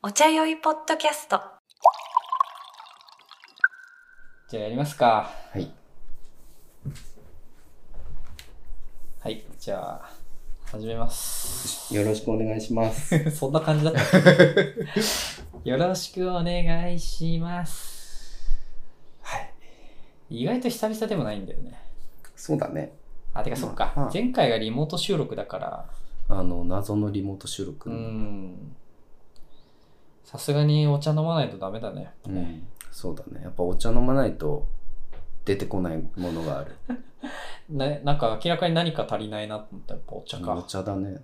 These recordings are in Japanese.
お茶酔いポッドキャスト。 じゃあやりますか。 はい。 はい、じゃあ始めます。 よろしくお願いします。 そんな感じだった。よろしくお願いします。 はい。 意外と久々でもないんだよね。 そうだね。 てかそっか、前回がリモート収録だから。 謎のリモート収録。 さすがにお茶飲まないとダメだね。 そうだね。やっぱお茶飲まないと出てこないものがある。 ね、なんか明らかに何か足りないなと思ったらやっぱお茶か。 お茶だね。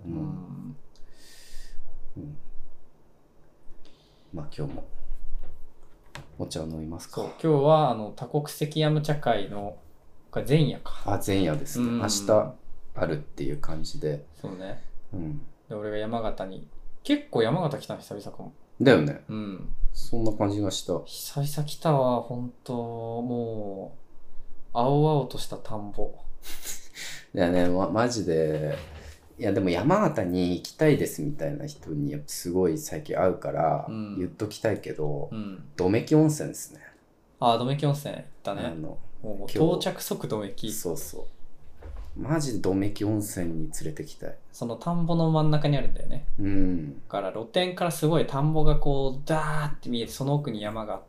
まあ今日もお茶を飲みますか。 そう、今日は多国籍ヤム茶会の前夜か。 前夜ですね。明日あるっていう感じで。 そうね。で俺が山形に結構山形来たの久々かも。 だよね。そんな感じがした。 久々来たわ。本当もう青々とした田んぼ。 いやね、マジで。いやでも山形に行きたいですみたいな人にすごい最近会うから言っときたいけど、百目木温泉ですね。 百目木温泉行ったね。もう到着即百目木。 そうそう。マジで百目木温泉に連れてきたい。 その田んぼの真ん中にあるんだよね。だから露天からすごい田んぼがこうダーって見えて、その奥に山があって、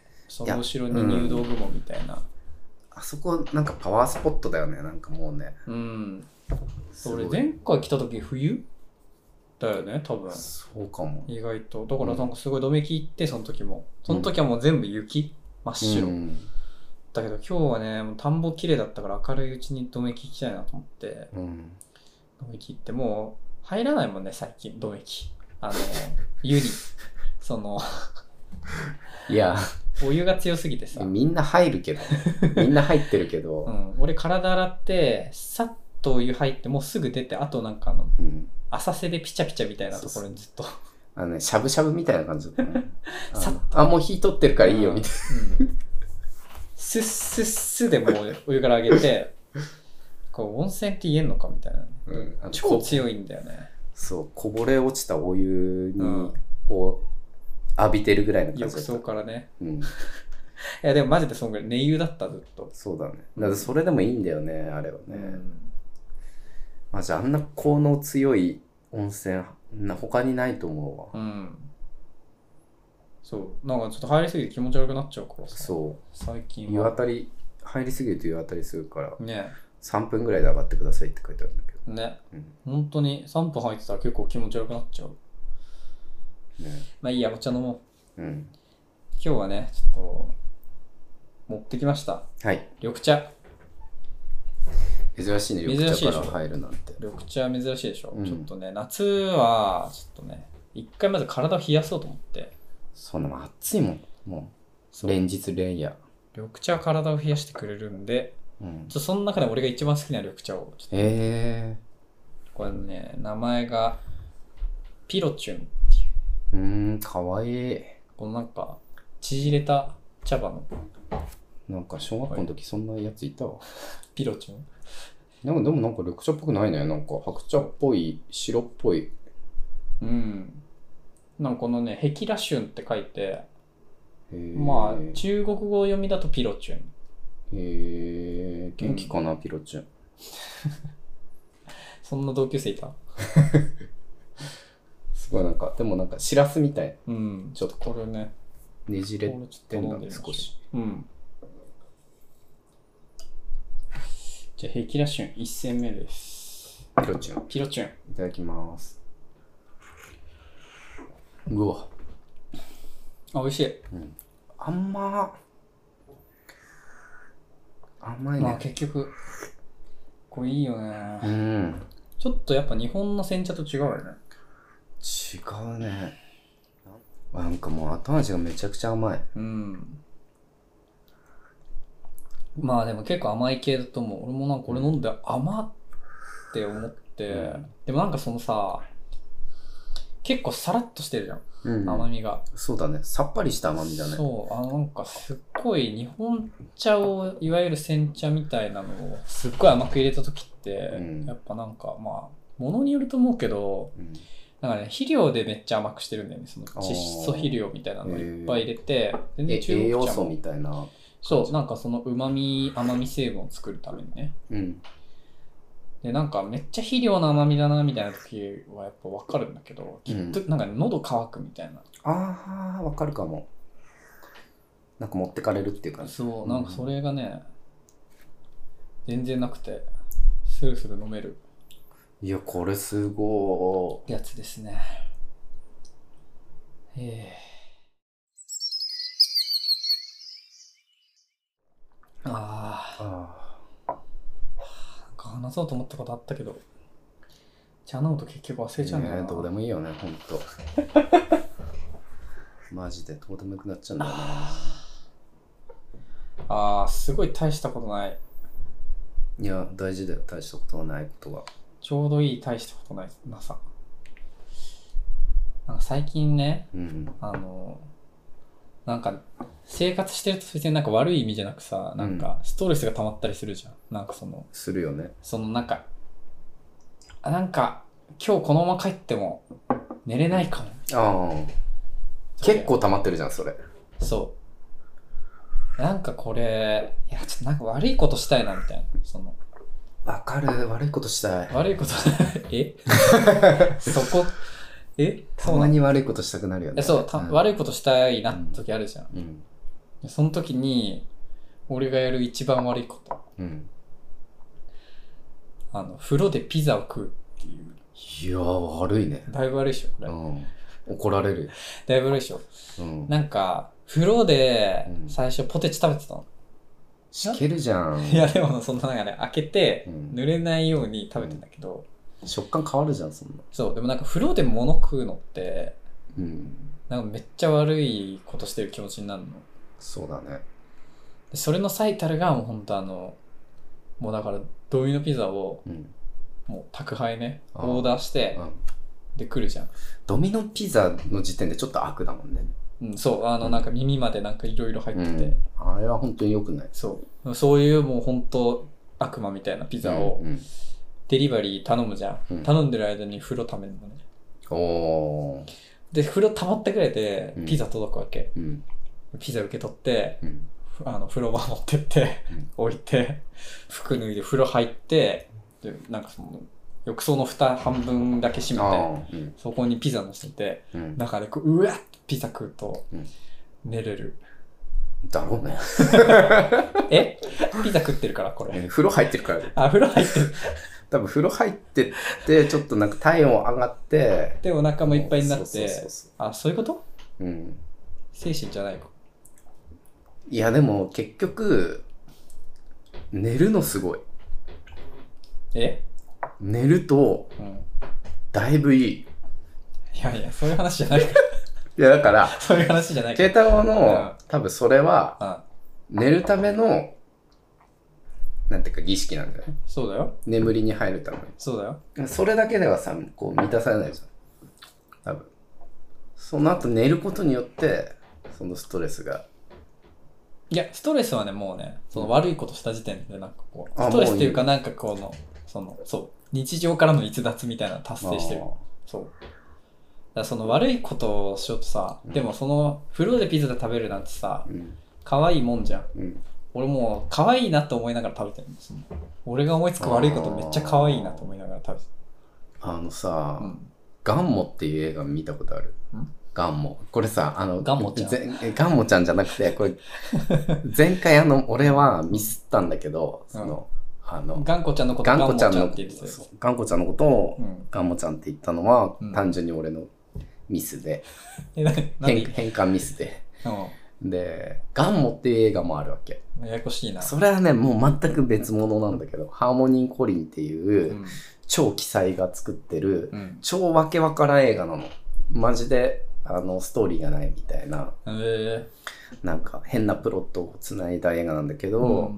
その後ろに入道雲みたいな。 あそこなんかパワースポットだよね。なんかもうね。 俺前回来た時冬だよね多分。 そうかも。 意外とだからなんかすごい百目木行って、その時はもう全部雪真っ白。だけど今日はね、もう田んぼ綺麗だったから明るいうちに百目木行きたいなと思って、百目木行ってもう入らないもんね最近百目木。湯にいやお湯が強すぎてさ。 みんな入るけど、みんな入ってるけど、 俺体洗ってさっとお湯入ってもうすぐ出て、あとなんか浅瀬でピチャピチャみたいなところにずっとしゃぶしゃぶみたいな感じだったね。もう火取ってるからいいよみたいな。 スッスッスでもうお湯からあげて、こう温泉って言えんのかみたいな。超強いんだよね。 そう、こぼれ落ちたお湯に、を浴びてるぐらいの感じだった。 浴槽からね。いやでもマジでそんぐらい寝湯だったずっと。 そうだね。だからそれでもいいんだよね、あれはね。マジあんな効能強い温泉他にないと思うわ。 そう、なんかちょっと入りすぎて気持ち悪くなっちゃうからさ。そう。最近は。 湯あたり、入りすぎると湯あたりするから。 ね。 3分ぐらいで上がってくださいって書いてあるんだけど。 ね。本当に3分入ってたら結構気持ち悪くなっちゃう。まあいいや、お茶飲もう。今日はね、ちょっと、持ってきました。 はい。 緑茶。 珍しいね、緑茶から入るなんて。 緑茶珍しいでしょ。ちょっとね、夏は、ちょっとね、一回まず体を冷やそうと思って。 そんな暑いもん。もう、連日連夜。 緑茶は体を冷やしてくれるんで、その中で俺が一番好きな緑茶をちょっと。これね、名前が、ピロチュンっていう。 かわいい。 このなんか、縮れた茶葉の。 なんか小学校の時そんなやついたわ。 ピロチュン。 でもなんか緑茶っぽくないね。なんか白茶っぽい、白っぽい。 なんかこのね、ヘキラシュンって書いて、まあ中国語読みだとピロチュン。 元気かな、ピロチュン。 そんな同級生いた？ すごいなんか、でもなんかしらすみたい。 ちょっとこれね、 ねじれてんだね、少し。 じゃあヘキラシュン1戦目です。 ピロチュン。 ピロチュン。 いただきます。うわ。 美味しい。 甘いね。 まあ結局、これいいよね。ちょっとやっぱ日本の煎茶と違うよね。 違うね。なんかもう後味がめちゃくちゃ甘い。 まあでも結構甘い系だと思う。俺もなんかこれ飲んで甘って思って、でもなんかそのさ、結構サラッとしてるじゃん、甘みが。 そうだね、さっぱりした甘みだね。 そう、なんかすっごい日本茶をいわゆる煎茶みたいなのをすっごい甘く入れた時って、やっぱなんかまあものによると思うけど、 だからね、肥料でめっちゃ甘くしてるんだよね。その窒素肥料みたいなのをいっぱい入れて、 全然栄養素みたいな。 そう、なんかその旨味、甘み成分を作るためにね。うん。で、なんかめっちゃ肥料の甘みだなみたいな時はやっぱ分かるんだけど、きっとなんか喉乾くみたいな。 ああ、分かるかも。なんか持ってかれるっていうか、 そう、なんかそれがね、全然なくて、スルスル飲める。 いや、これすごいやつですね。なんか話そうと思ったことあったけど、茶飲むと結局忘れちゃうんだよな。 どうでもいいよね、ほんと。マジでどうでもよくなっちゃうんだよな。すごい大したことない。 いや、大事だよ、大したことはないことは。 ちょうどいい大したことないなさ。なんか最近ね、なんか生活してると別になんか悪い意味じゃなくさ、なんかストレスが溜まったりするじゃん。なんかするよね。 なんか今日このまま帰っても寝れないかも。 結構溜まってるじゃん、それ。 そう。なんかこれ、いや、ちょっとなんか悪いことしたいな、みたいな。 わかる、悪いことしたい。 悪いことそこ、 たまに悪いことしたくなるよね。 そう、悪いことしたいなって時あるじゃん。その時に、俺がやる一番悪いこと。風呂でピザを食うっていう。 いやー、悪いね。 だいぶ悪いでしょ、これ。 怒られる。 だいぶ悪いでしょ。なんか、風呂で最初ポテチ食べてたの。 しけるじゃん。 いや、でもそんななんかね、開けて、濡れないように食べてんだけど。 食感変わるじゃん、そんな。 そう、でもなんか風呂で物食うのって、なんかめっちゃ悪いことしてる気持ちになるの。 そうだね。 でそれの最たるがもうほんともうだからドミノピザを、もう宅配ね、オーダーして、で来るじゃん。 ドミノピザの時点でちょっと悪だもんね。 そう、なんか耳までなんかいろいろ入ってて、 あれは本当に良くない。 そういうもう本当悪魔みたいなピザをデリバリー頼むじゃん。頼んでる間に風呂溜めるのね。で、風呂溜まったぐらいでピザ届くわけ。ピザ受け取って、風呂場持ってって、置いて、服脱いで風呂入って、で、なんか浴槽の蓋半分だけ閉めて、そこにピザ乗せて、中でうわっピザ食うと、寝れる。 だろうね。 ピザ食ってるからこれ。 風呂入ってるからね。 風呂入ってる。 多分風呂入ってって、ちょっとなんか体温上がって、 でお腹もいっぱいになって、そういうこと？精神じゃないの？ いやでも結局、寝るのすごい。寝ると、だいぶいい。 いやいや、そういう話じゃないから。 いやだから、 そういう話じゃないから。 慶太郎の、多分それは、寝るための、なんていうか儀式なんだよね。 そうだよ。 眠りに入るために。 そうだよ。 それだけではさ、こう満たされないじゃん。多分。その後寝ることによって、そのストレスが。 いや、ストレスはね、もうね、その悪いことした時点で、なんかこう、ストレスっていうかなんかこの、日常からの逸脱みたいなの達成してる。そう。だからその悪いことをしようとさ、でもその風呂でピザで食べるなんてさ、可愛いもんじゃん。俺もう可愛いなと思いながら食べてるんです。俺が思いつく悪いことめっちゃ可愛いなと思いながら食べてる。 ガンモっていう映画見たことある？ガンモ。これさ、 ガンモちゃん。 ガンモちゃんじゃなくて、これ、前回俺はミスったんだけど、 ガンコちゃんのことをガンモちゃんって言ってたよ。 ガンコちゃんのことをガンモちゃんって言ったのは、単純に俺のミスで。変換ミスで。で、ガンモっていう映画もあるわけ。 ややこしいな。 それはね、もう全く別物なんだけど、ハーモニー・コリンっていう、超奇才が作ってる、超わけわからん映画なの。マジで、ストーリーがないみたいな、なんか変なプロットをつないだ映画なんだけど、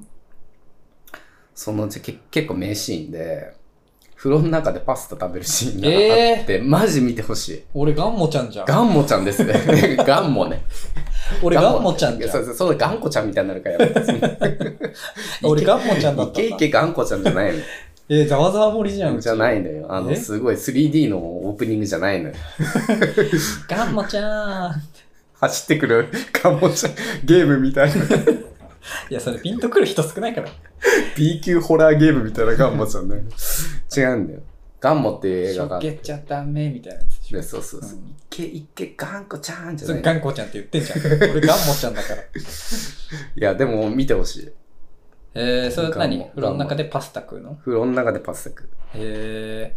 結構名シーンで、風呂の中でパスタ食べるシーンがあって、マジ見てほしい。 俺ガンモちゃんじゃん。 ガンモちゃんですね。ガンモね。 俺ガンモちゃんじゃん。 そうガンコちゃんみたいになるからやめて。 俺ガンモちゃんだった。 イケイケガンコちゃんじゃないの。 ざわざわ森じゃん。 じゃないのよ。すごい 3D のオープニングじゃないのよ。 ガンモちゃん。 走ってくるガンモちゃん。ゲームみたいな。 いや、それピンとくる人少ないから。 B 級ホラーゲームみたいなガンモちゃんね。違うんだよ。ガンモっていう映画があって。 しょけちゃダメみたいなやつでしょ。そう。いけ、ガンコちゃんじゃない。 ガンコちゃんって言ってんじゃん。俺ガンモちゃんだから。いや、でも見てほしい。 それ何？風呂の中でパスタ食うの？ 風呂の中でパスタ食う。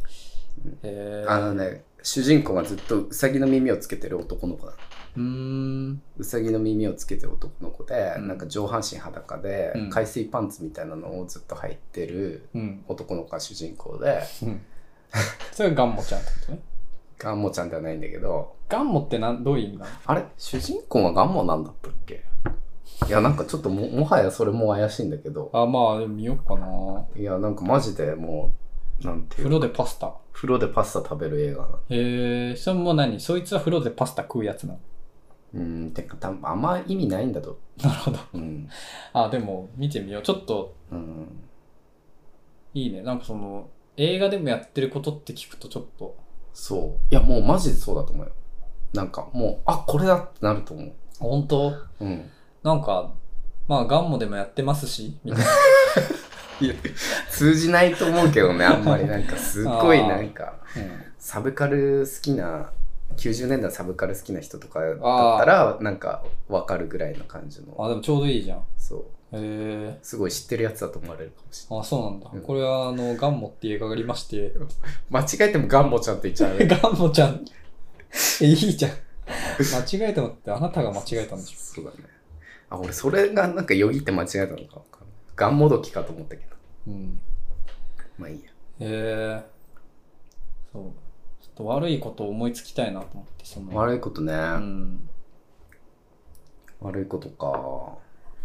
主人公がずっとウサギの耳をつけてる男の子だ。ウサギの耳をつけてる男の子で、なんか上半身裸で、海水パンツみたいなのをずっと履いてる男の子が主人公で、 それがガンモちゃんってことね。 ガンモちゃんではないんだけど。 ガンモってどういう意味なの？ あれ主人公はガンモなんだったっけ？いや、なんかちょっともはやそれも怪しいんだけど。 まあ、でも見よっかな。 いや、なんかマジでもう、なんていう。 風呂でパスタ食べる映画なの。それも何？そいつは風呂でパスタ食うやつなの？ てか、あんま意味ないんだと。 なるほど。でも、見てみよう。ちょっと、いいね。なんか映画でもやってることって聞くとちょっと。 そう。いや、もうマジでそうだと思うよ。なんかもう、これだってなると思う。 本当？なんか、まあ、ガンモでもやってますし、みたいな。 いや、通じないと思うけどね、あんまりなんか、すっごいなんか、サブカル好きな、90年代サブカル好きな人とかだったら、なんか、わかるぐらいの感じの。 でもちょうどいいじゃん。 そう。すごい知ってるやつだと思われるかもしれない。 そうなんだ。これは、ガンモっていう映画がありまして。 間違えてもガンモちゃんって言っちゃう。 ガンモちゃん。いいじゃん。間違えてもってあなたが間違えたんでしょ。 そうだね。俺それがなんかよぎって間違えたのか分かんない。ガンもどきかと思ったけど。まあいいや。 そう。ちょっと悪いことを思いつきたいなと思って。 悪いことね。悪いことか。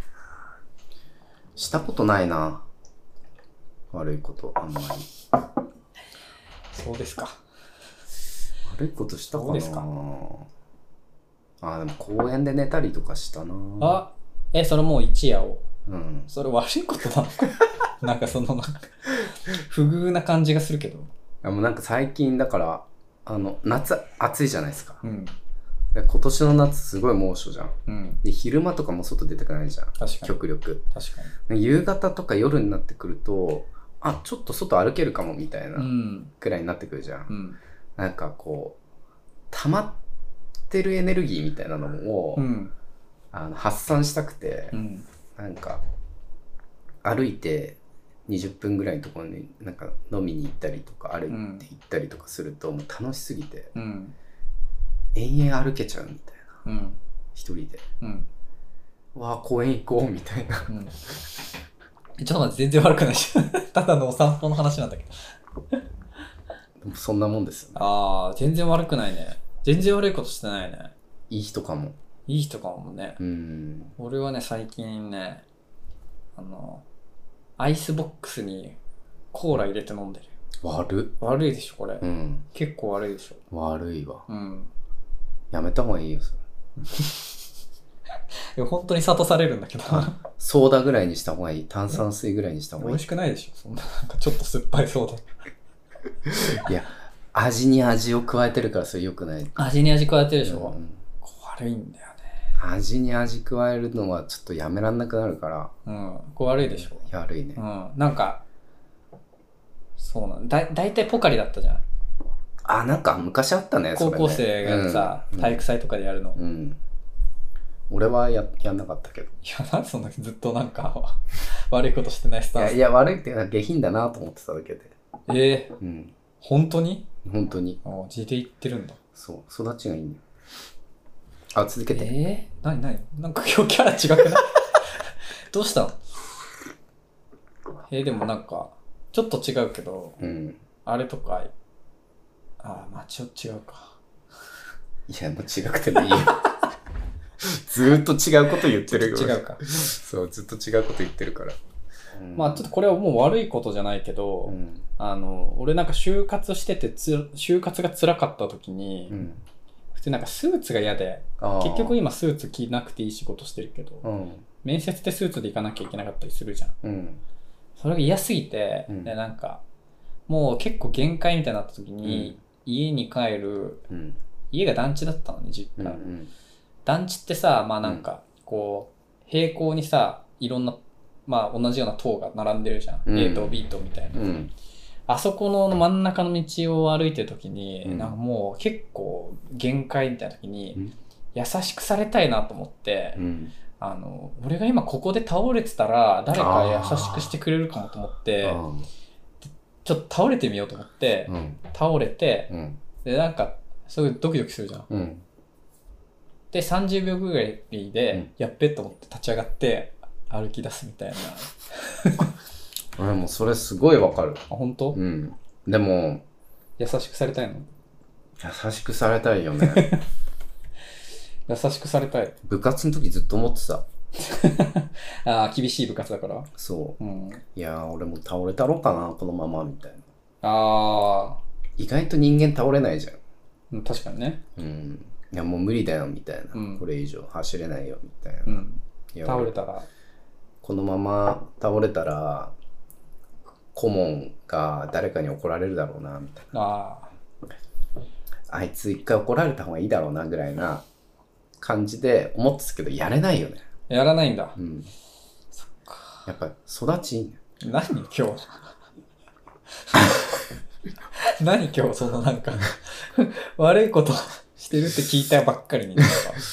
したことないな。悪いこと、あんまり。 そうですか。 悪いことしたかな。 そうですか。 でも公園で寝たりとかしたな。 それもう一夜を。それ悪いことなのか。なんか不遇な感じがするけど。 もうなんか最近だから、夏暑いじゃないですか。で今年の夏すごい猛暑じゃん。で、昼間とかも外出たくないじゃん。 確かに。 極力。 確かに。 夕方とか夜になってくると、ちょっと外歩けるかもみたいなくらいになってくるじゃん。なんかこう、溜まってるエネルギーみたいなのを、発散したくて、なんか歩いて20分ぐらいのところになんか飲みに行ったりとか歩いて行ったりとかするともう楽しすぎて、延々歩けちゃうみたいな、一人で、わあ公園行こうみたいな、ちょっと待って、全然悪くないし。ただのお散歩の話なんだけど。 でもそんなもんですよね。 全然悪くないね。全然悪いことしてないね。 いい人かも。 いい人かもね。俺はね、最近ね、アイスボックスにコーラ入れて飲んでる。悪いでしょ、これ。結構悪いでしょ。 悪いわ。やめた方がいいよ、それ。本当に諭されるんだけど。 ソーダぐらいにした方がいい。炭酸水ぐらいにした方がいい。 美味しくないでしょ、そんな、なんかちょっと酸っぱいソーダ。いや、味に味を加えてるからそれ良くない。 味に味加えてるでしょ。悪いんだよね。 味に味加えるのはちょっとやめらんなくなるから。 これ悪いでしょ。 悪いね。 なんか、そうなんだ。だいたいポカリだったじゃん。 なんか昔あったね、 高校生がさ、体育祭とかでやるの。 俺はやんなかったけど。 いや、なんでそんなずっとなんか、悪いことしてないスタンス。 いや、悪いっていうか下品だなと思ってただけで。 本当に？ 本当に。 地で言ってるんだ。 そう、育ちがいいんだよ。続けて。何なんか今日キャラ違くない？どうしたの？でもなんか、ちょっと違うけど、あれとか、まあちょっと違うか。 いや、もう違くてもいいよ。ずーっと違うこと言ってるよ。 違うか。 そう、ずっと違うこと言ってるから。 まあちょっとこれはもう悪いことじゃないけど、俺なんか就活してて就活が辛かった時に、普通なんかスーツが嫌で、結局今スーツ着なくていい仕事してるけど、面接でスーツで行かなきゃいけなかったりするじゃん。それが嫌すぎて、でなんかもう結構限界みたいになった時に、家に帰る、家が団地だったのね、実家。団地ってさ、まあなんか、こう、平行にさ、いろんな、まあ同じような塔が並んでるじゃん。A と B とみたいな。あそこの真ん中の道を歩いてる時に、なんかもう結構限界みたいな時に、優しくされたいなと思って、俺が今ここで倒れてたら、誰か優しくしてくれるかもと思って、ちょっと倒れてみようと思って、倒れて、で、なんか、すごいドキドキするじゃん。で、30秒ぐらいで、やっべと思って立ち上がって、歩き出すみたいな。 俺もそれすごいわかる。 あ、本当？ でも、 優しくされたいの？ 優しくされたいよね。 優しくされたい。 部活の時ずっと思ってた。 ああ、厳しい部活だから。 そう。いやー、俺も倒れたろうかな、このまま、みたいな。 ああ。 意外と人間倒れないじゃん。 確かにね。 いや、もう無理だよ、みたいな。これ以上走れないよ、みたいな。 倒れたら。 このまま倒れたら、顧問が誰かに怒られるだろうな、みたいな。あいつ一回怒られた方がいいだろうな、ぐらいな感じで思ってたけど、やれないよね。 やらないんだ。 そっか。やっぱ育ちいいね。 何今日何今日そのなんか悪いことしてるって聞いたばっかりに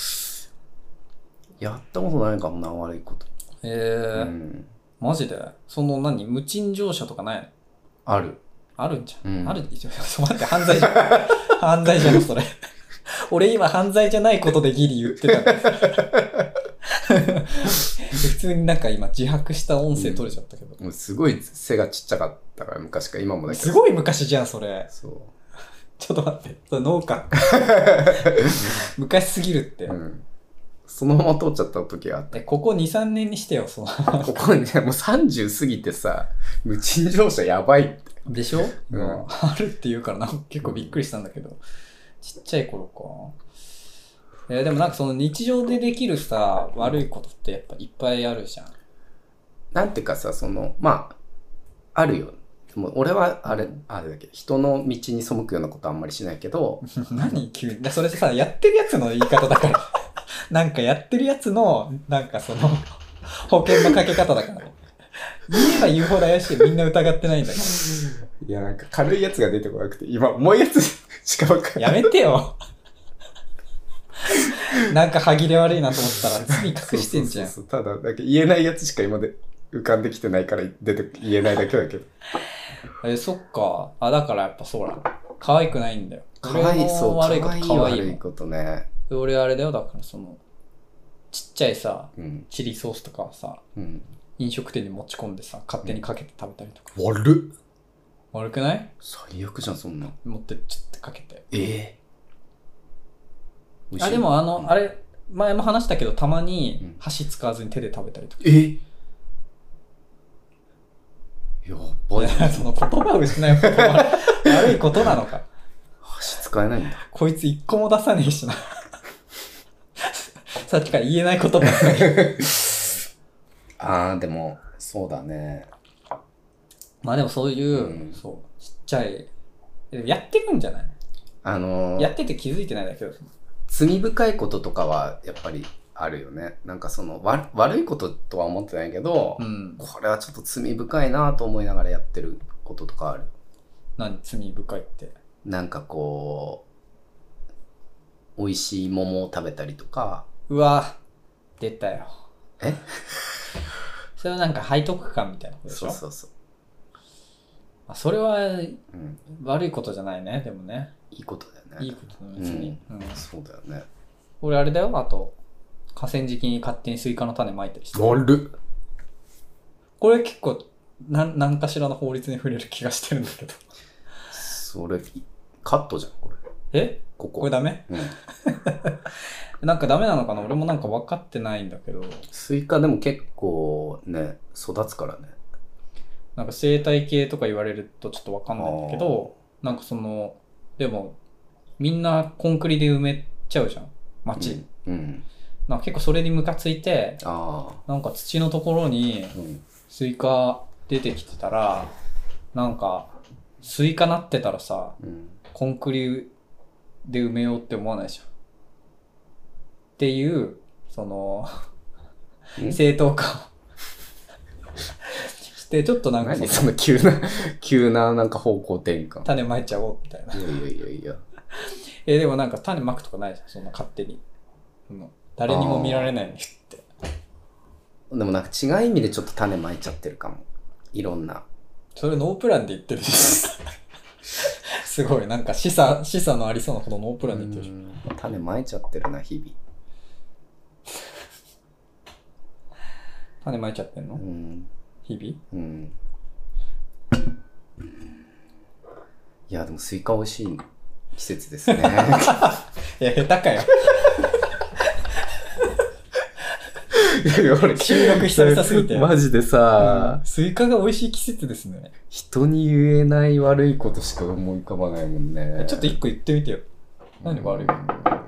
やったことないかもな、悪いこと。 マジでその無賃乗車とかないの？ ある。 あるんじゃん。ある。ちょっと待って、犯罪じゃん。犯罪じゃん、それ。俺今犯罪じゃないことでギリ言ってたんです普通になんか今自白した音声取れちゃったけど。 もうすごい背がちっちゃかったから、昔か今もだけど。 すごい昔じゃん、それ。 そう。 ちょっと待って。それ農家。昔すぎるって。 そのまま通っちゃった時があって。 ここ2、3年にしてよ、その。 ここにね、もう30過ぎてさ、無賃乗車やばいって。 でしょ？あるって言うから結構びっくりしたんだけど。ちっちゃい頃か。でもなんかその日常でできるさ、悪いことってやっぱいっぱいあるじゃん。 なんていうかさ、まあ、あるよ。でも俺はあれだけど、人の道に背くようなことあんまりしないけど。 何急に。それさ、やってるやつの言い方だから。なんかやってるやつの、なんかその、保険のかけ方だからね。言えば言うほど怪しい。みんな疑ってないんだけど。 いや、なんか軽いやつが出てこなくて、今、重いやつしか分かんない。 やめてよ。なんか歯切れ悪いなと思ったら、罪隠してんじゃん。 そうただ、なんか言えないやつしか今で浮かんできてないから言えないだけだけど。 そっか。だからやっぱそうだ。可愛くないんだよ。 可愛い、そう、 悪いこと可愛い悪いことね。 俺あれだよ、だからちっちゃいさ、チリソースとかはさ、飲食店に持ち込んでさ、勝手にかけて食べたりとか。悪くない？ 最悪じゃん、そんな。 持ってちょっとかけて。でもあれ、前も話したけど、たまに箸使わずに手で食べたりとか。 やばい。 その言葉を失うことは悪いことなのか。 箸使えないんだ。 こいつ一個も出さねえしな。さっきから言えない言葉ばっかり。 でも、そうだね。 まあでもそういう、そう、ちっちゃい、やってるんじゃない？やってて気づいてないだけど。 罪深いこととかはやっぱりあるよね。なんか悪いこととは思ってないけど、これはちょっと罪深いなと思いながらやってることとかある。 何？罪深いって。 なんか美味しい桃を食べたりとか。 うわ、出たよ。それはなんか背徳感みたいなことでしょ？ そう。 それは、悪いことじゃないね、でもね。 いいことだよね。 いいことだね、別に。 そうだよね。 俺あれだよ、あと、河川敷に勝手にスイカの種まいたりして。これ結構、何かしらの法律に触れる気がしてるんだけど。 それ、カットじゃん、これ。 これダメ？なんかダメなのかな？俺もなんか分かってないんだけど。 スイカでも結構ね、育つからね。 なんか生態系とか言われるとちょっと分かんないんだけど、なんかでも、みんなコンクリで埋めちゃうじゃん、街。なんか結構それにムカついて、なんか土のところにスイカ出てきてたら、なんかスイカなってたらさ、 うん、 コンクリで埋めようって思わないじゃん。っていう、その、正当化をして、ちょっとなんかその急ななんか方向転換。 種まいちゃおうみたいな。 いや。 でもなんか種まくとかないじゃん、そんな勝手に。誰にも見られないようにって。 でもなんか違う意味でちょっと種まいちゃってるかも。いろんな。 それノープランで言ってるし。すごい、なんか示唆のありそうなことノープランで言ってるし。 種まいちゃってるな、日々。 種まいちゃってんの？日々？ いや、でもスイカ美味しい季節ですね。いや、下手かよ。 俺収録久々すぎて。 マジでさ、 スイカが美味しい季節ですね。 人に言えない悪いことしか思い浮かばないもんね。 ちょっと一個言ってみてよ。何悪い？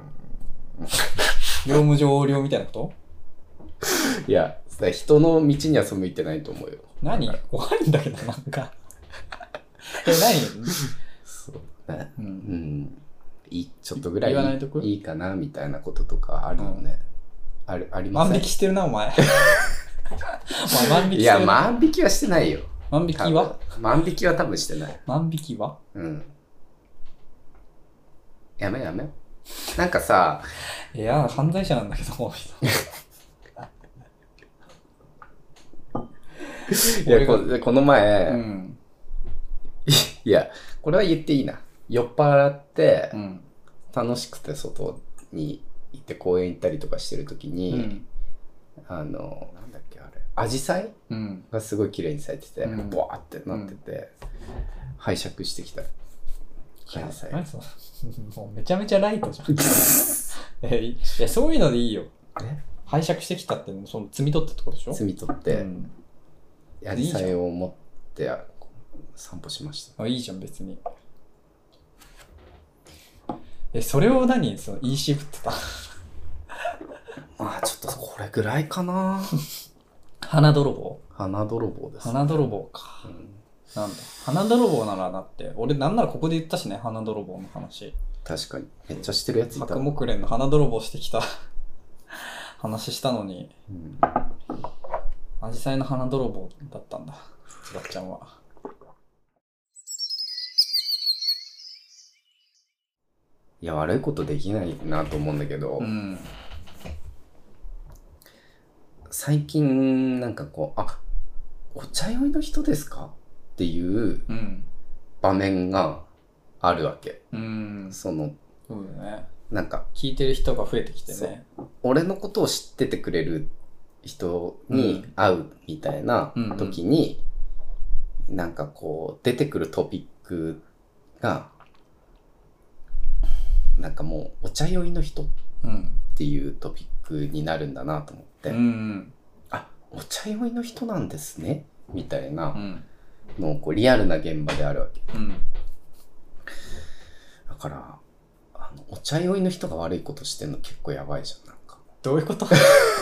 業務上横領みたいなこと？ いや、人の道にはそう向いてないと思うよ。 何？怖いんだけど、なんか。何？ そうね。ちょっとぐらいいいかなみたいなこととかあるよね。ありますね。 万引きしてるな、お前。万引きしてる。 いや、万引きはしてないよ。 万引きは？ 万引きは多分してない。 万引きは？ やめ。なんかさ、 いや、犯罪者なんだけど、この人。 いや、この前、いや、これは言っていいな。酔っ払って、楽しくて外に行って公園行ったりとかしてるときに、なんだっけあれ、アジサイがすごい綺麗に咲いてて、ボワーってなってて、拝借してきた。 アジサイ。もうめちゃめちゃライトじゃん。いや、そういうのでいいよ。拝借してきたって、その摘み取ってってことでしょ？ 摘み取って、アジサイを持って散歩しました。 いいじゃん、別に。それを何？その言い渋ってた。 まあちょっとこれぐらいかな。 花泥棒？ 花泥棒です、ね。 花泥棒か。なんだ。花泥棒ならだって、俺なんならここで言ったしね、花泥棒の話。 確かに。めっちゃ知ってるやついた。 白木蓮の花泥棒してきた話したのに、アジサイの花泥棒だったんだ、つばっちゃんは。 いや、悪いことできないなと思うんだけど、最近なんかこう、お茶酔いの人ですかっていう場面があるわけ。 そうだね。 なんか聞いてる人が増えてきてね。 俺のことを知っててくれる人に会うみたいな時に、なんかこう出てくるトピックがなんかもうお茶酔いの人っていうトピックになるんだなと思って、お茶酔いの人なんですねみたいなのをこうリアルな現場であるわけ。だからお茶酔いの人が悪いことしてんの結構やばいじゃん。なんかどういうこと？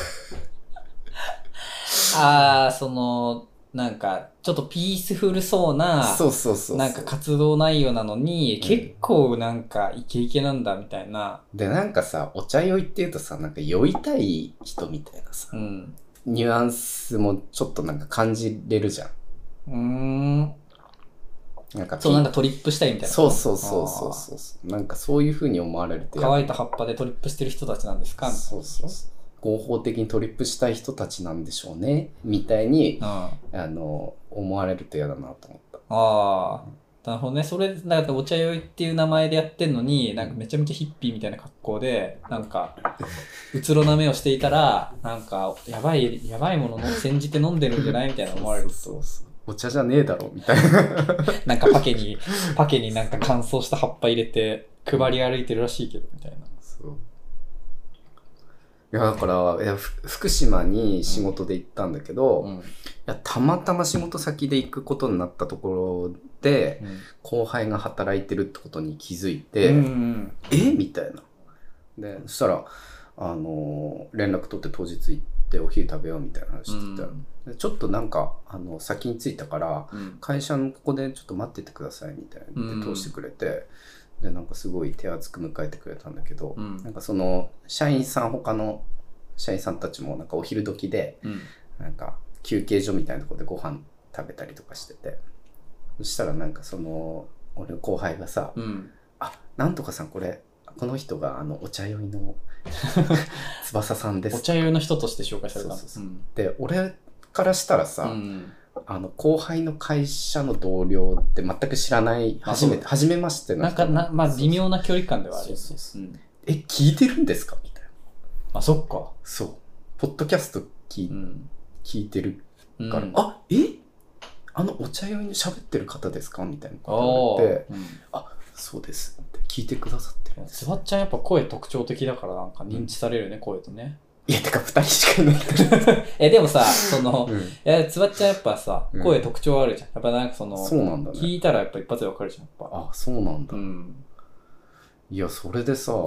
そのなんかちょっとピースフルそうな、なんか活動内容なのに、結構なんかイケイケなんだみたいな。 でなんかさ、お茶酔いっていうとさ、なんか酔いたい人みたいなさ、ニュアンスもちょっとなんか感じれるじゃん。なんかなんかトリップしたいみたいな。 そうなんかそういう風に思われると乾いた葉っぱでトリップしてる人たちなんですか？ そう合法的にトリップしたい人たちなんでしょうねみたいに、思われると嫌だなと思った。 なるほどね。それだからお茶酔いっていう名前でやってんのに、なんかめちゃめちゃヒッピーみたいな格好で、なんかうつろな目をしていたら、なんかやばいものを煎じて飲んでるんじゃないみたいな思われると。 お茶じゃねえだろみたいな。 なんかパケになんか乾燥した葉っぱ入れて配り歩いてるらしいけどみたいな。 いやだから福島に仕事で行ったんだけど、いやたまたま仕事先で行くことになったところで、後輩が働いてるってことに気づいて、みたいな。でそしたら連絡取って当日行っってお昼食べようみたいな話してた、でちょっとなんか先に着いたから、会社のここでちょっと待っててくださいみたいなで通してくれて、でなんかすごい手厚く迎えてくれたんだけど、なんかその社員さん他の社員さんたちもなんかお昼時で、なんか休憩所みたいなところでご飯食べたりとかしてて、そしたらなんかその俺の後輩がさ、あ、なんとかさんこの人がお茶酔いの翼さんです。 お茶酔いの人として紹介された。 で俺からしたらさ、後輩の会社の同僚って全く知らない初めましての人まあ微妙な距離感ではあるよね。 聞いてるんですかみたいな。 あ、そっか。 そうポッドキャスト聞いてるから、あ、お茶酔いに喋ってる方ですかみたいなこと言われて、あ、そうですって聞いてくださってるんです。 つばっちゃんやっぱ声特徴的だからなんか認知されるね、声とね。 いや、てか2人しかいないでもさ、つばっちゃんやっぱさ、声特徴あるじゃん。やっぱなんかそうなんだね。 聞いたらやっぱ一発でわかるじゃん、やっぱ。 あ、そうなんだ。いや、それでさ、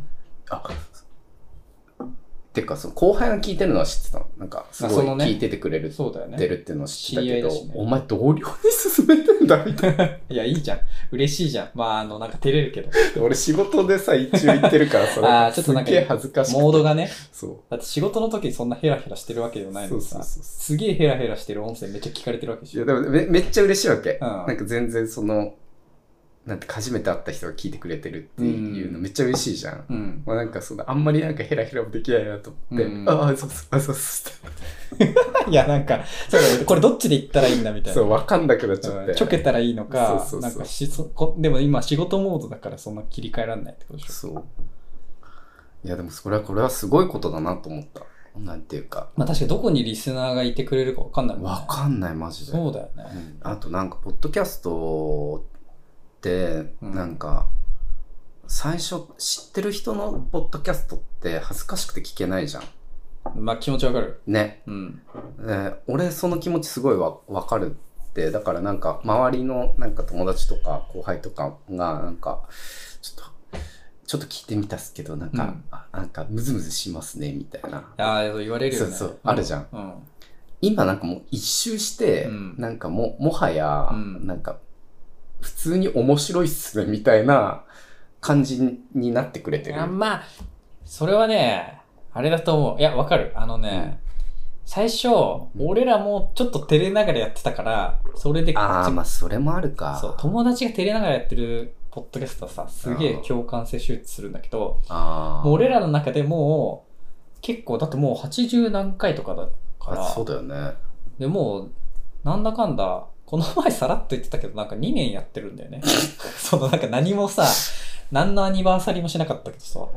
てかその後輩が聞いてるのは知ってたの。なんかすごい聞いててくれるっていうのは知ってたけど、お前同僚に勧めてんだみたいな。いや、いいじゃん。嬉しいじゃん。まあなんか照れるけど。 俺仕事でさ、一応行ってるからさ、 ちょっとなんかすげえ恥ずかしい。 モードがね。 そう。 だって仕事の時にそんなヘラヘラしてるわけでもないのにさ、すげえヘラヘラしてる音声めっちゃ聞かれてるわけでしょ。 いや、でもめっちゃ嬉しいわけ。なんか全然なんて初めて会った人が聞いてくれてるっていうのめっちゃ嬉しいじゃん。まあなんかあんまりなんかヘラヘラもできないなと思って、ああ、そうそういやなんか、これどっちで言ったらいいんだみたいな。 そう、わかんなくなっちゃって。 ちょけたらいいのか、なんかでも今仕事モードだからそんな切り替えられないってことでしょ。 そう。いやでもこれはすごいことだなと思った。なんていうか。 まあ確かにどこにリスナーがいてくれるかわかんないもんね。 わかんない、マジで。 そうだよね。 あとなんか、ポッドキャストでなんか最初知ってる人のポッドキャストって恥ずかしくて聞けないじゃん。 まあ気持ちわかるね。俺その気持ちすごいわかるって、だからなんか周りのなんか友達とか後輩とかがなんかちょっと聞いてみたっすけどなんか、なんかムズムズしますねみたいな。 言われるよね。 そうあるじゃん。今なんかもう一周して、なんかもはやなんか普通に面白いっすねみたいな感じになってくれてる。 まあそれはねあれだと思う。いやわかる。最初、俺らもちょっと照れながらやってたからそれでまあそれもあるか。 そう、友達が照れながらやってるポッドキャストはさすげえ共感性周知するんだけど、もう俺らの中でもう結構だってもう80何回とかだから。 そうだよね。 でもうなんだかんだこの前さらっと言ってたけどなんか2年やってるんだよね。なんか何もさ、何のアニバーサリーもしなかったけどさ。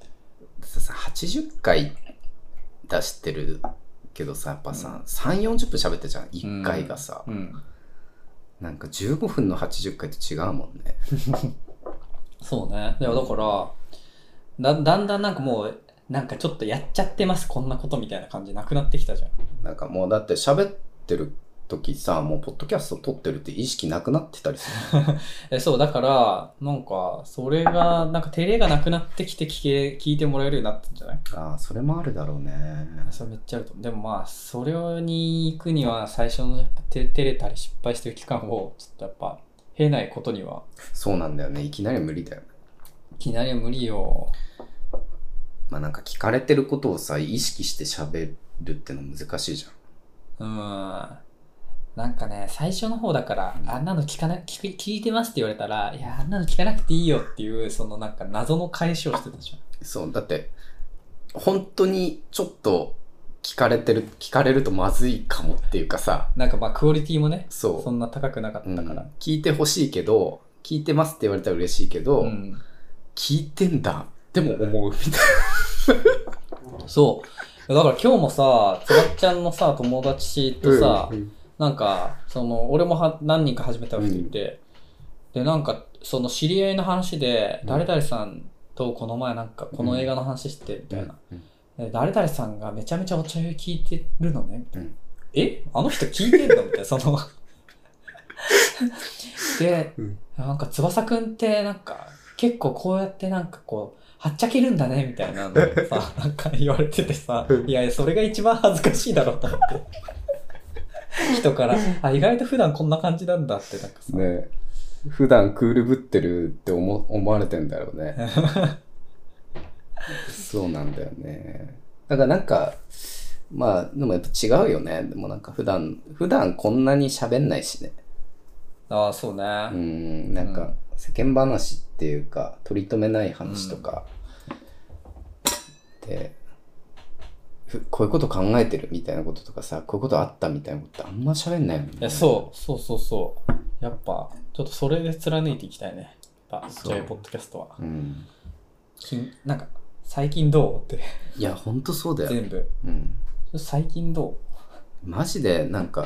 80回出してるけどさ、やっぱさ、3、40分喋ってじゃん、1回がさ。なんか15分の80回と違うもんね。 そうね。いやだからだんだんなんかもう、なんかちょっとやっちゃってます、こんなことみたいな感じなくなってきたじゃん。 なんかもうだって喋ってる時さ、もうポッドキャスト撮ってるって意識なくなってたりする。そう、だから、なんか、それが、なんか照れがなくなってきて聞いてもらえるようになったんじゃない？ それもあるだろうね。 それめっちゃあると思う。でもまあ、それに行くには、最初のやっぱ照れたり失敗してる期間を、ちょっとやっぱ、経ないことには。 そうなんだよね。いきなりは無理だよね。 いきなりは無理よ。 まあなんか聞かれてることをさ、意識して喋るっての難しいじゃん。 なんかね、最初の方だから、あんなの聞いてますって言われたら、いや、あんなの聞かなくていいよっていう、なんか謎の返しをしてたじゃん。 そう、だって、本当にちょっと聞かれるとまずいかもっていうかさ。 なんかまあ、クオリティもね、 そんな高くなかったから。 聞いてほしいけど、聞いてますって言われたら嬉しいけど、聞いてんだっても思うみたいな。 そう。だから今日もさ、つばっちゃんのさ、友達とさ、なんか、俺も何人か始めた人いて、で、なんか、知り合いの話で、誰々さんとこの前なんか、この映画の話して、みたいな。誰々さんがめちゃめちゃお茶湯聞いてるのね、みたいな。あの人聞いてんのみたいな、で、なんか、翼くんってなんか、結構こうやってなんかこう、 っちゃけるんだねみたいなのさなんか言われててさ、いやそれが一番恥ずかしいだろうと思って人から意外と普段こんな感じなんだってなんかさね、普段クールぶってるって思われてんだろうねそうなんだよね。だからなんかまあでもやっぱ違うよね。でもなんか普段こんなに喋んないしね。 ああそうね。 なんか世間話っていうか取り留めない話とか、でこういうこと考えてるみたいなこととかさ、こういうことあったみたいなことってあんま喋んないもんね。 いやそうやっぱちょっとそれで貫いていきたいね。やっぱジャイポッドキャストは。なんか最近どうって。 いやほんとそうだよ。 全部。最近どう？マジでなんか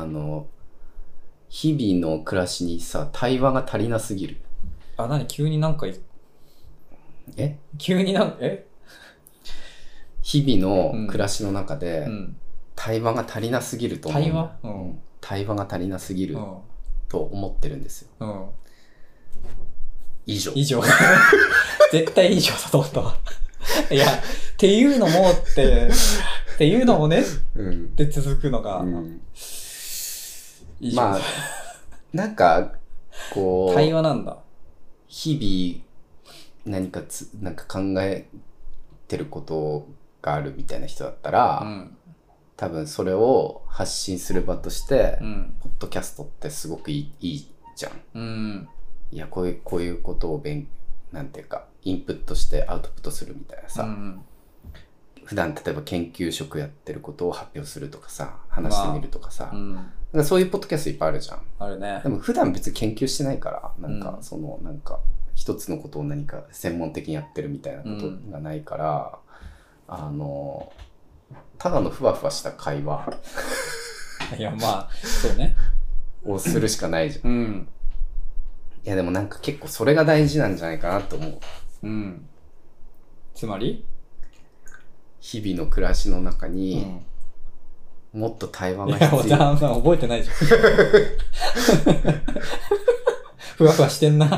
日々の暮らしにさ対話が足りなすぎる。 何急になんか急に日々の暮らしの中で、対話が足りなすぎると思う。対話が足りなすぎると思ってるんですよ。以上絶対以上だと思ったわいやっていうのもね、で続くのが、以上。 まあなんかこう対話なんだ。 日々何かなんか考えてることがあるみたいな人だったら、多分それを発信する場として、ポッドキャストってすごくいいじゃん。いやこういうことをなんていうかインプットしてアウトプットするみたいなさ、普段例えば研究職やってることを発表するとかさ、話してみるとかさ、そういうポッドキャストいっぱいあるじゃん。 あるね。 でも普段別に研究してないから、なんかなんか一つのことを何か専門的にやってるみたいなことがないから、ただのふわふわした会話いやまあそうねをするしかないじゃん。いやでもなんか結構それが大事なんじゃないかなと思う。 つまり日々の暮らしの中に、もっと対話が必要。 いや覚えてないじゃんふわふわしてんな。 もっ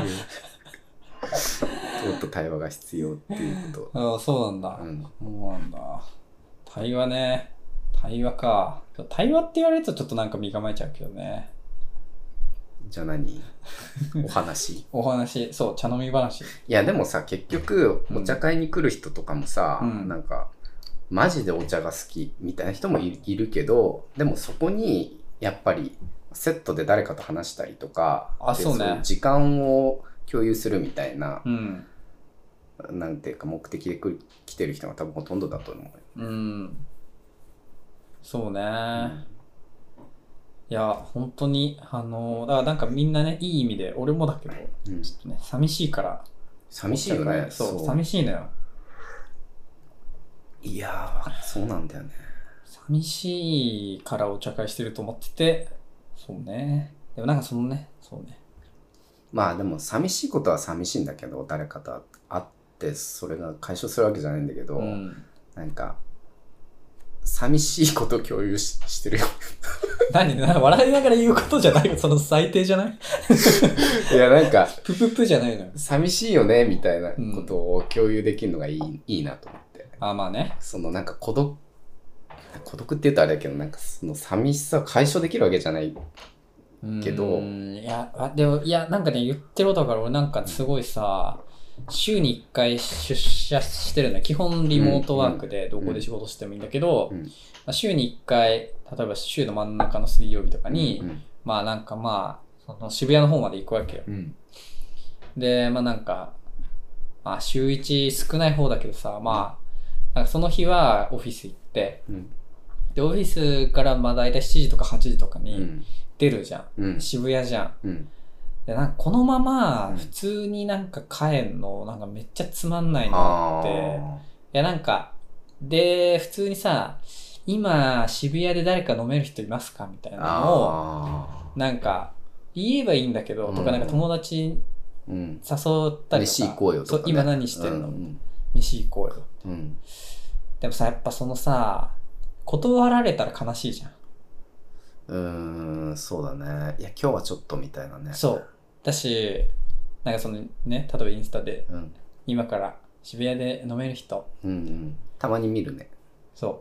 と対話が必要っていうこと。 ああそうなんだ。そうなんだ。対話ね。対話か。対話って言われるとちょっとなんか身構えちゃうけどね。 じゃあ何？お話そう、茶飲み話。 いやでもさ、結局お茶会に来る人とかもさ、なんかマジでお茶が好きみたいな人もいるけど、でもそこにやっぱりセットで誰かと話したりとか、 そうね、 時間を共有するみたいな、なんていうか目的で来てる人が多分ほとんどだと思う。 そうね。いや本当にだからなんかみんなね、いい意味で俺もだけど、ちょっとね寂しいから。 寂しいよね。 そう寂しいのよ。 いやそうなんだよね。 寂しいからお茶会してると思ってて、そうね。でもなんかそうね。 まあでも寂しいことは寂しいんだけど、誰かと会ってそれが解消するわけじゃないんだけど、なんか寂しいことを共有してるよ笑いながら言うことじゃないよ。その最低じゃないいやなんかプププじゃないのよ。 寂しいよねみたいなことを共有できるのがいいなと思って。 まあね。 そのなんか孤独って言うとあれだけど、なんかその寂しさを解消できるわけじゃないけど、 でもなんかね言ってることだから、俺なんかすごいさ、週に1回出社してるんだ。基本リモートワークでどこで仕事してもいいんだけど、週に1回、例えば週の真ん中の水曜日とかに、まあなんかその渋谷の方まで行くわけよ。で、なんか、週1少ない方だけどさ、なんかその日はオフィス行って、で、オフィスから大体7時とか8時とかに出るじゃん。渋谷じゃん。でなんかこのまま普通になんか帰んのなんかめっちゃつまんないなって。いやなんかで普通にさ、今渋谷で誰か飲める人いますかみたいなのをなんか言えばいいんだけど、とかなんか友達誘ったりとか、 飯行こうよとか、 今何してんの、飯行こうよ、でもさ、やっぱそのさ、断られたら悲しいじゃん。 そうだね。いや今日はちょっとみたいなね。 そうだし、なんかそのね、例えばインスタで、今から渋谷で飲める人。 うん。たまに見るね。 そう。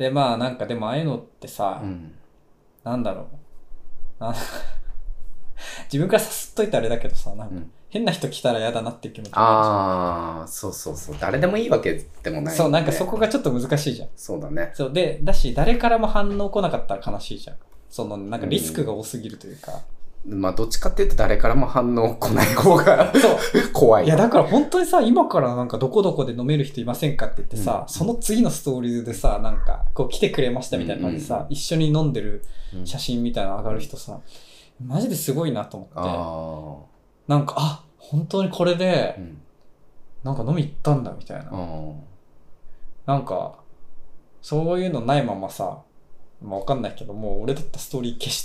で、まあなんかでもああいうのってさ、なんだろう。自分から誘っといてあれだけどさ、なんか変な人来たら嫌だなっていう気持ちああ、そうそうそう。誰でもいいわけでもない、ね。 そう、なんかそこがちょっと難しいじゃん。 そうだね。 そう、で、だし、誰からも反応来なかったら悲しいじゃん。その、なんかリスクが多すぎるというか。 まあ、どっちかっていうと誰からも反応来ない方がそう怖い。 いや、だから本当にさ、今からなんかどこどこで飲める人いませんかって言ってさ、その次のストーリーでさ、なんか、こう来てくれましたみたいな感じでさ、一緒に飲んでる写真みたいなの上がる人さ、マジですごいなと思って。なんか、あ、本当にこれで、なんか飲み行ったんだみたいな。なんか、そういうのないままさ、まあわかんないけど、もう俺だったストーリー消して、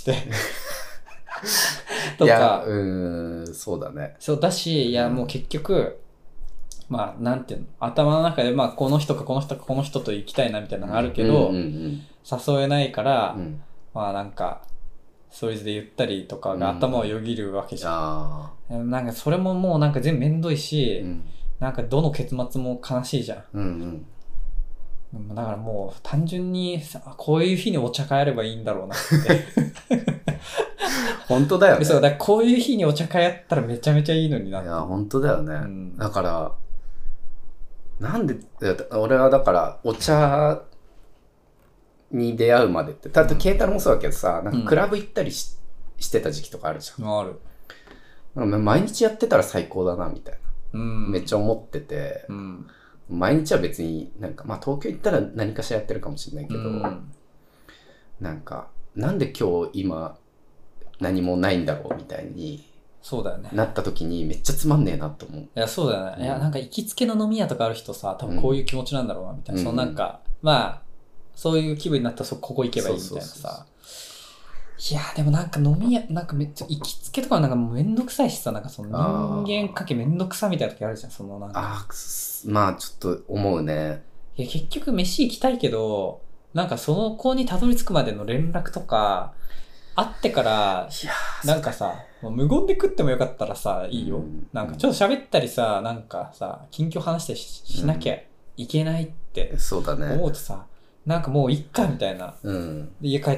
とか、 そうだね。 そうだし、いやもう結局、まあなんていうの、頭の中でまあこの人かこの人かこの人と行きたいなみたいなのがあるけど、誘えないから、まあなんか、それで言ったりとかが頭をよぎるわけじゃん。なんかそれももうなんか全部めんどいし、なんかどの結末も悲しいじゃん。だからもう単純にこういう日にお茶会やればいいんだろうなって。 本当だよね。 そう、だからこういう日にお茶会やったらめちゃめちゃいいのになって。 いや、本当だよね。だから、なんで、俺はだからお茶に出会うまでって、だって慶太郎もそうだけどさ、なんかクラブ行ったりしてた時期とかあるじゃん。 ある。 毎日やってたら最高だな、みたいな。めっちゃ思ってて、毎日は別になんか、まあ東京行ったら何かしらやってるかもしれないけど、なんか、なんで今日今何もないんだろうみたいに、 そうだよね。 なった時にめっちゃつまんねえなと思う。いや、そうだよね。いや、なんか行きつけの飲み屋とかある人さ、多分こういう気持ちなんだろうな、みたいな。そのなんか、まあ、そういう気分になったらここ行けばいいみたいなさ。いや、でもなんか飲み屋、なんかめっちゃ行きつけとかなんかもうめんどくさいしさ、なんかその人間関係めんどくさみたいな時あるじゃん、そのなんか。 まあちょっと思うね。 いや、結局飯行きたいけど、なんかその子にたどり着くまでの連絡とか、会ってから、なんかさ、無言で食ってもよかったらさ、いいよ。なんかちょっと喋ったりさ、なんかさ、近況話したり しなきゃいけないって思うとさ、なんかもういっかみたいな。家帰って、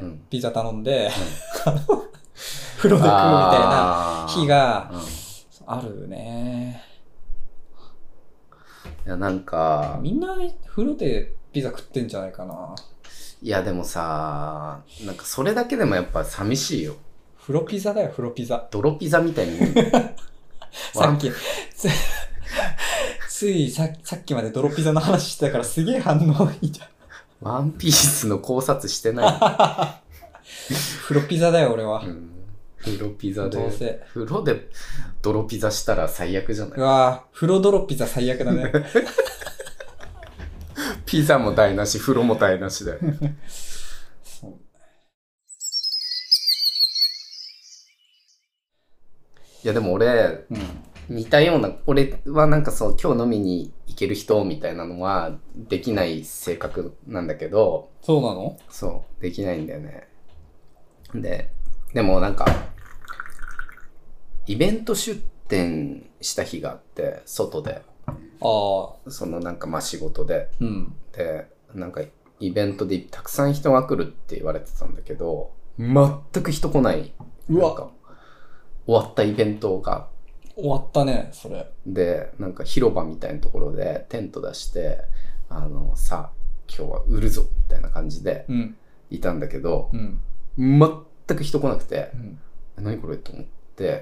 ピザ頼んで、風呂で食うみたいな日があるね。 いや、なんか。 みんな風呂でピザ食ってんじゃないかな。 いやでもさ、なんかそれだけでもやっぱ寂しいよ。 風呂ピザだよ、風呂ピザ。 泥ピザみたいにさっき、ついさっきまで泥ピザの話してたからすげえ反応いいじゃん。 ワンピースの考察してない。 風呂ピザだよ、俺は。 風呂ピザで。 どうせ。 風呂で泥ピザしたら最悪じゃない？ うわぁ、風呂泥ピザ最悪だね。 ピザも台無し、風呂も台無しだよ。 そう。 いやでも俺、似たような、俺はなんかそう、今日飲みに行ける人みたいなのはできない性格なんだけど。 そうなの？ そう、できないんだよね。でもなんか、イベント出店した日があって、外で。そのなんかまあ仕事で。で、なんかイベントでたくさん人が来るって言われてたんだけど、全く人来ない。なんか終わったイベントが。 終わったね、それ。 で、なんか広場みたいなところでテント出して、さあ、今日は売るぞみたいな感じでいたんだけど、全く人来なくて、何これと思って、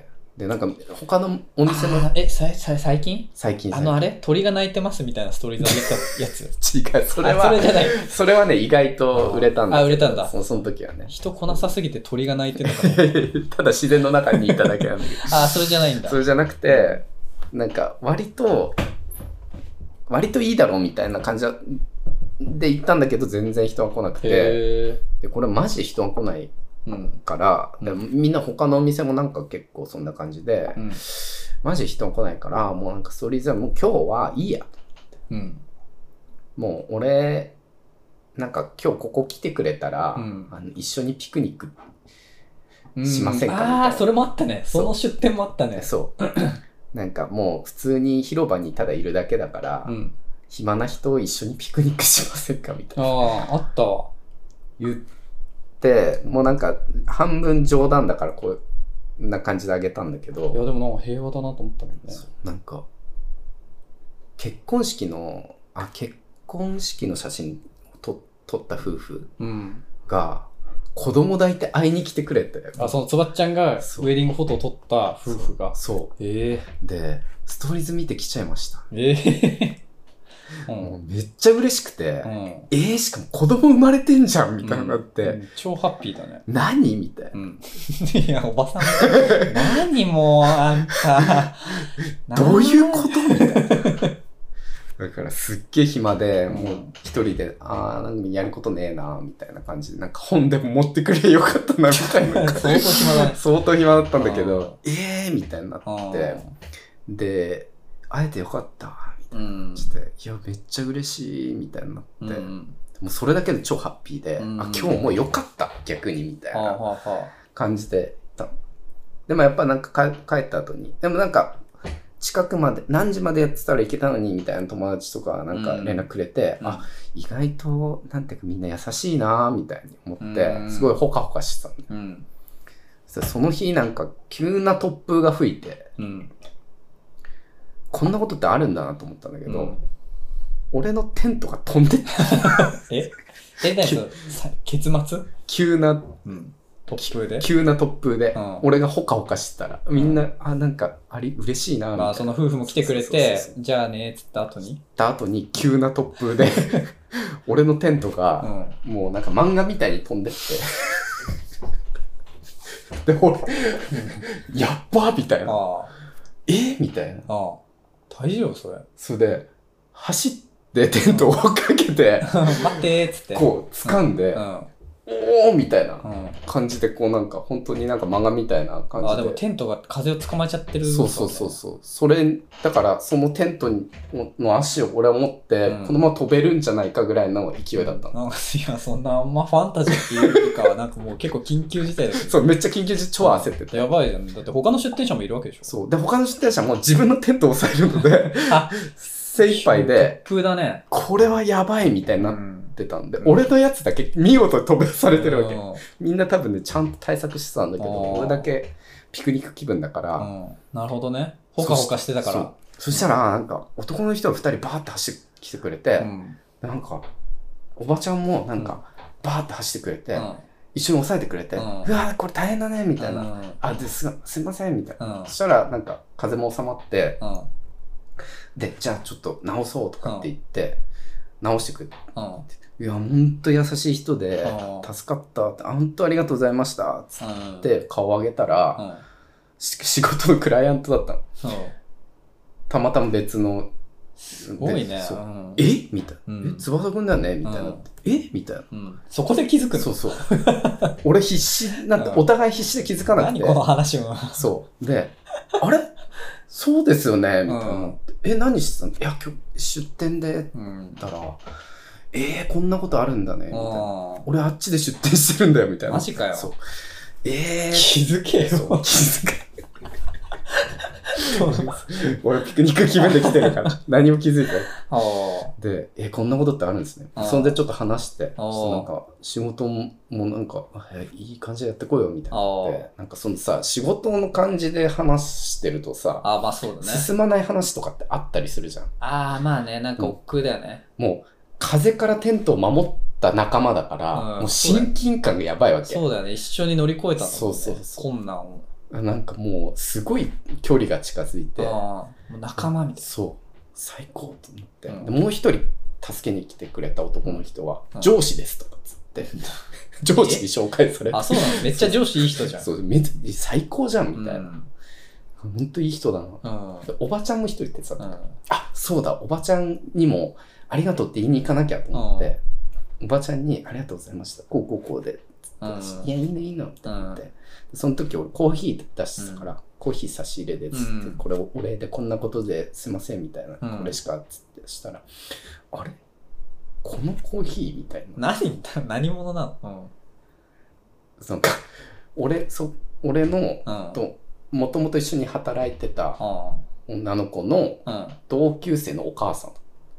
で、なんか他のお店も。 最近あれ鳥が鳴いてますみたいなストーリーズ上げたやつ。 違う、それは。 それじゃない。 それはね、意外と売れたんだ。 売れたんだ。 その時はね。 人来なさすぎて鳥が鳴いてるのかな。 ただ自然の中にいただけなんだけど。 それじゃないんだ。 それじゃなくて、なんか割といいだろうみたいな感じで行ったんだけど、全然人が来なくて。で、これマジで人が来ないから、みんな他のお店もなんか結構そんな感じで、マジで人が来ないから、もうなんかストーリーズはもう今日はいいやと思って。もう俺、なんか今日ここ来てくれたら、一緒にピクニックしませんかみたいな。 それもあったね。その出店もあったね。 そう。 なんかもう普通に広場にただいるだけだから、暇な人を一緒にピクニックしませんかみたいな。 あったわ。 言って、もうなんか半分冗談だからこんな感じであげたんだけど。 いやでもなんか平和だなと思ったもんね。 なんか、結婚式の写真を撮った夫婦が、子供抱いて会いに来てくれて。 そのつばっちゃんがウェディングフォトを撮った夫婦が。 そう。で、ストーリーズ見てきちゃいました。もうめっちゃ嬉しくて、しかも子供生まれてんじゃんみたいになって、 超ハッピーだね。 何みたいな。 いや、おばさん。何もう、あんた。 どういうことみたいな。だからすっげえ暇で、もう一人で、なんかやることねえな、みたいな感じで、なんか本でも持ってくれよかったな、みたいな。 相当暇だね。 相当暇だったんだけど、みたいになって、で、会えてよかった、みたいな感じで、いや、めっちゃ嬉しい、みたいになって、もうそれだけで超ハッピーで、今日もうよかった、逆に、みたいな感じで行った。でもやっぱなんか帰った後に、でもなんか、近くまで、何時までやってたら行けたのに、みたいな友達とかなんか連絡くれて、意外と、なんていうかみんな優しいなみたいに思って、すごいホカホカしてたんで。その日なんか急な突風が吹いて、こんなことってあるんだなと思ったんだけど、俺のテントが飛んでった。 何それ結末急な、急な突風で、俺がホカホカしてたら、みんな、なんか、嬉しいな、みたいな。 その夫婦も来てくれて、じゃあね、つった後に急な突風で、俺のテントが、もうなんか漫画みたいに飛んでって、で、俺、やっばーみたいな。みたいな。 大丈夫それ。 それで、走ってテントを追っかけて、 待ってーつって。 こう、掴んで、おーみたいな感じで、こうなんか、本当になんか漫画みたいな感じで。 でもテントが風を捕まえちゃってる。 そう。それ、だから、そのテントの足を俺は持って、このまま飛べるんじゃないかぐらいの勢いだったの。 いや、そんなあんまファンタジーっていうかは、なんかもう結構緊急事態だけど。 そう、めっちゃ緊急事態超焦ってて。 やばいじゃん。だって他の出店者もいるわけでしょ。 そう。で、他の出店者も自分のテントを押さえるので、精一杯で、 突風だね。 これはやばいみたいになってたんで、俺のやつだけ見事飛ばされてるわけ。みんな多分ね、ちゃんと対策してたんだけど、俺だけピクニック気分だから。 なるほどね。ほかほかしてたから。 そしたら、なんか、男の人が2人バーって走ってきてくれて、なんか、おばちゃんもなんか、バーって走ってくれて、一緒に押さえてくれて、うわこれ大変だね、みたいな。すいません、みたいな。そしたら、なんか、風も収まって、で、じゃあちょっと直そうとかって言って、直してくれて。いや、ほんと優しい人で、助かったって、本当ありがとうございました、つって顔を上げたら、仕事のクライアントだったの。たまたま別の。 すごいね。 みたいな。翼くんだよねみたいな。みたいな。 そこで気づくの？ そう。俺必死、なんかお互い必死で気づかなくて。 何この話も。 そう。で、あれそうですよねみたいな。何してたの？いや、今日出店で、たら、こんなことあるんだねみたいな。俺あっちで出店してるんだよみたいな。 マジかよ。 そう。 気づけよ。 気づけ。俺ピクニック気分で来てるから何も気づいてでこんなことってあるんですね。それでちょっと話してなんか仕事もなんかいい感じでやってこいよみたいなってなんかそのさ仕事の感じで話してるとさまあそうだね進まない話とかってあったりするじゃん。 まあねなんか億劫だよね。 もう風からテントを守った仲間だからもう親近感がやばいわけ。 そうだよね一緒に乗り越えたんだもんね。 そう困難をなんかもうすごい距離が近づいてもう仲間みたいな。 そう最高と思って、でもう一人助けに来てくれた男の人は、上司ですとかつって上司に紹介されてそうなのめっちゃ上司いい人じゃん。 そう最高じゃんみたいな、ほんといい人だな、おばちゃんも一人手伝ってた、そうだおばちゃんにもありがとうって言いに行かなきゃと思って、おばちゃんにありがとうございましたこうでいやいいのって言って、その時俺コーヒー出してたから、コーヒー差し入れでつって、これお礼でこんなことですいませんみたいな、これしかつってしたらあれこのコーヒーみたいな何者なの？ なんか俺のともともと一緒に働いてた女の子の同級生のお母さん。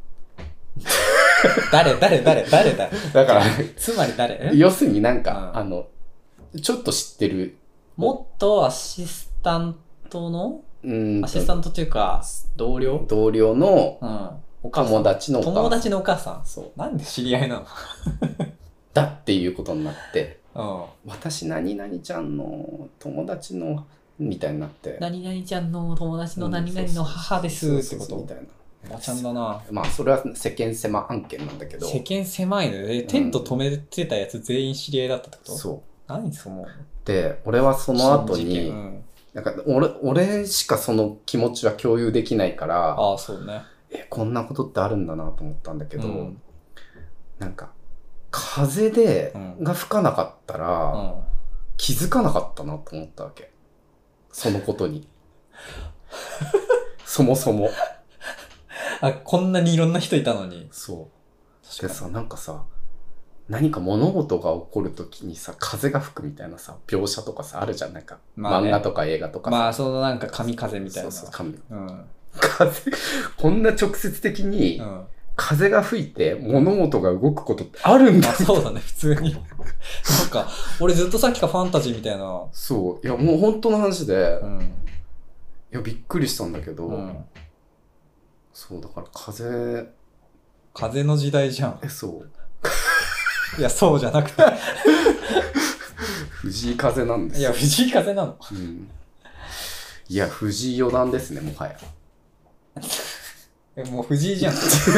誰だだから、 つまり誰？ 要するになんか、ちょっと知ってる。 元アシスタントのアシスタントというか、同僚の、友達のお母さん。 友達のお母さん。 そう。 なんで知り合いなのだっていうことになって、 うん、 私何々ちゃんの友達の、みたいになって。 何々ちゃんの友達の何々の母ですってことみたいな。おばちゃんだな。 まあ、それは世間狭案件なんだけど。 世間狭いので、テント止めてたやつ全員知り合いだったってこと？ そう。 何その。 で、俺はその後に、なんか俺しかその気持ちは共有できないから、 ああ、そうね。 こんなことってあるんだなと思ったんだけど、なんか、風が吹かなかったら、気づかなかったなと思ったわけ。そのことに。そもそも。 こんなにいろんな人いたのに。 そう。でさ、なんかさ、何か物事が起こるときにさ、風が吹くみたいなさ、描写とかさ、あるじゃん。なんか、漫画とか映画とかさ。 まあ、そのなんか神風みたいな。 そう、神。風、こんな直接的に、風が吹いて物事が動くことってあるんだ。 そうだね、普通に。なんか、俺ずっとさっきからファンタジーみたいな。 そう。いや、もう本当の話で、いや、びっくりしたんだけど、そう、だから風の時代じゃん。 そう。 いや、そうじゃなくて。 藤井風なんですよ。 いや、藤井風なの。 いや、藤井四段ですね、もはや。 もう藤井じゃん。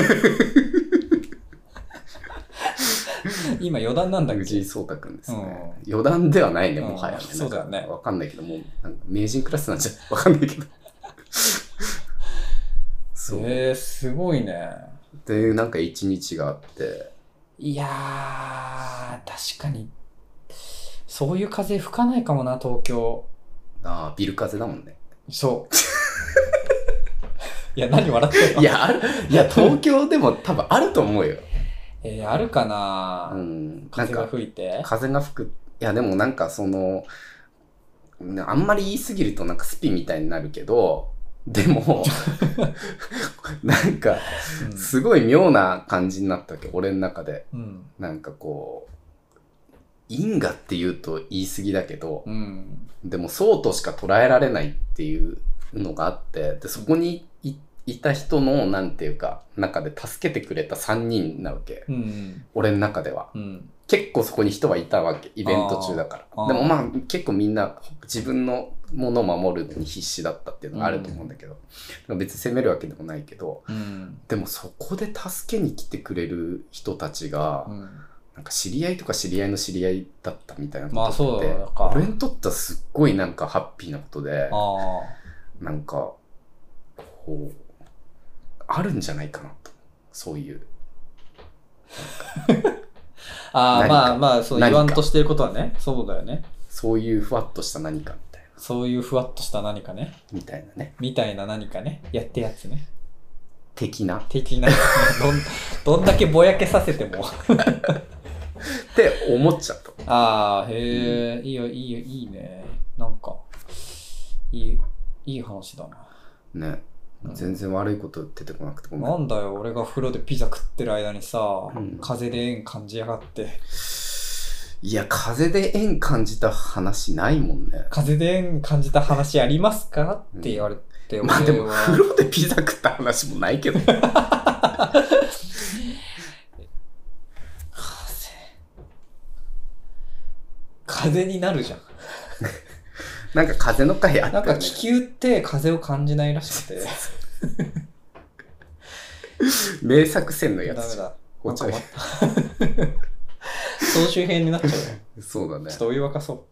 今四段なんだっけ？ 藤井聡太くんですね。四段ではないね、もはやね。 そうだよね。 わかんないけど、もう、なんか名人クラスなんじゃ、わかんないけど。 そう。すごいね。 っていうなんか一日があって。 いやー、確かに。そういう風吹かないかもな、東京。 ああ、ビル風だもんね。 そう。いや、何笑ってんの？ いや、東京でも多分あると思うよ。 あるかな？風が吹いて。 風が吹く。いや、でもなんかその、あんまり言いすぎるとなんかスピみたいになるけど、でも、なんか、すごい妙な感じになったわけ、俺の中で。なんかこう、因果って言うと言い過ぎだけど、でもそうとしか捉えられないっていうのがあって、で、そこにいた人の、なんていうか、中で助けてくれた3人なわけ。俺の中では。結構そこに人はいたわけ。イベント中だから。でもまあ結構みんな自分のものを守るのに必死だったっていうのがあると思うんだけど。別に責めるわけでもないけど。でもそこで助けに来てくれる人たちが、なんか知り合いとか知り合いの知り合いだったみたいなことって、俺にとってはすっごいなんかハッピーなことで、なんか、こう、あるんじゃないかなと。そういう。 まあ、そう言わんとしてることはね。そうだよね。 そういうふわっとした何かみたいな。 そういうふわっとした何かね。 みたいなね。 みたいな何かね。やってやつね。 的な。 どんだけぼやけさせても。 って思っちゃった。 へえ、いいよ、いいね。なんか、いい話だな。 ね。全然悪いこと出てこなくてごめん。 なんだよ、俺が風呂でピザ食ってる間にさ、風で縁感じやがって。 いや、風で縁感じた話ないもんね。 風で縁感じた話ありますかって言われて、 まあでも、風呂でピザ食った話もないけど。 風になるじゃん。 なんか風の回あったよね。 なんか気球って風を感じないらしくて。 名作戦のやつ。 ダメだ。総集編になっちゃうよ。 そうだね。 ちょっとお湯沸かそう。